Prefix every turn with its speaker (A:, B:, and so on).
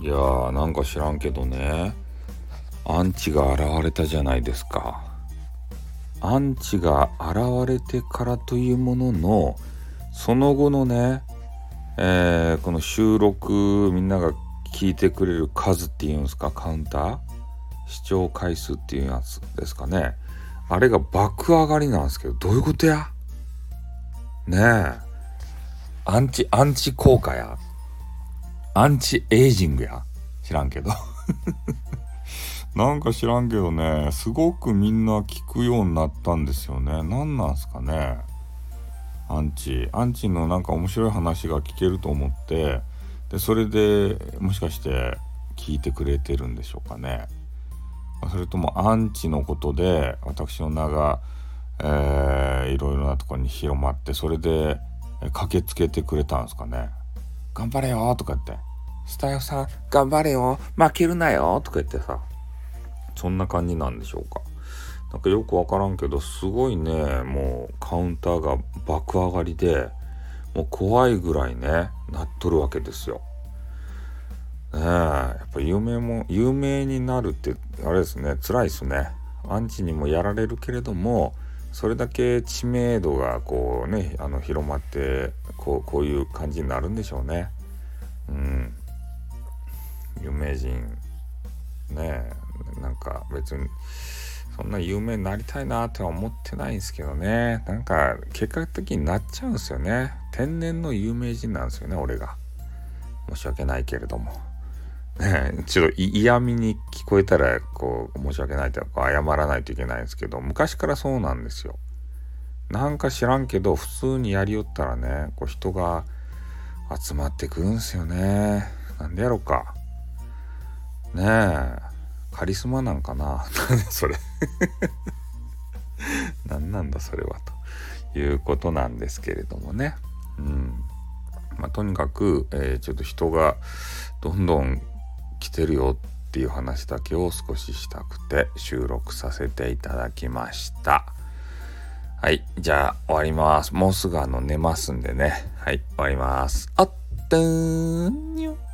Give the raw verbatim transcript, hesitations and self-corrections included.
A: いやーなんか知らんけどね、アンチが現れたじゃないですか。アンチが現れてからというものの、その後のね、えーこの収録みんなが聞いてくれる数っていうんですか、カウンター視聴回数っていうやつですかね。あれが爆上がりなんですけど、どういうことやねえ。アンチアンチ効果やアンチエイジングや知らんけどなんか知らんけどね、すごくみんな聞くようになったんですよね。なんなんすかね。アンチアンチのなんか面白い話が聞けると思って、でそれでもしかして聞いてくれてるんでしょうかね。それともアンチのことで私の名が、えー、いろいろなところに広まって、それで駆けつけてくれたんですかね。頑張れよとか言って、スタイフさん頑張れよ負けるなよとか言ってさ、そんな感じなんでしょうか。なんかよくわからんけど、すごいね、もうカウンターが爆上がりで、もう怖いぐらいねなっとるわけですよ。ねえ、やっぱ有名も有名になるってあれですね、辛いですね。アンチにもやられるけれども、それだけ知名度がこうね、あの広まって、こうこういう感じになるんでしょうね。うん、有名人ねえ、なんか別にそんな有名になりたいなとは思ってないんですけどね。なんか結果的になっちゃうんですよね。天然の有名人なんですよね、俺が。申し訳ないけれども。ね、ちょっと嫌味に聞こえたらこう申し訳ないとか謝らないといけないんですけど、昔からそうなんですよ。なんか知らんけど普通にやりよったらね、こう人が集まってくるんですよね。なんでやろうかねえ、カリスマなんかなそれなんなんだそれはということなんですけれどもね。うん、まあとにかく、えー、ちょっと人がどんどん来てるよっていう話だけを少ししたくて収録させていただきました。はい、じゃあ終わります。もうすぐあの寝ますんでね。はい、終わります。あってーんにょ。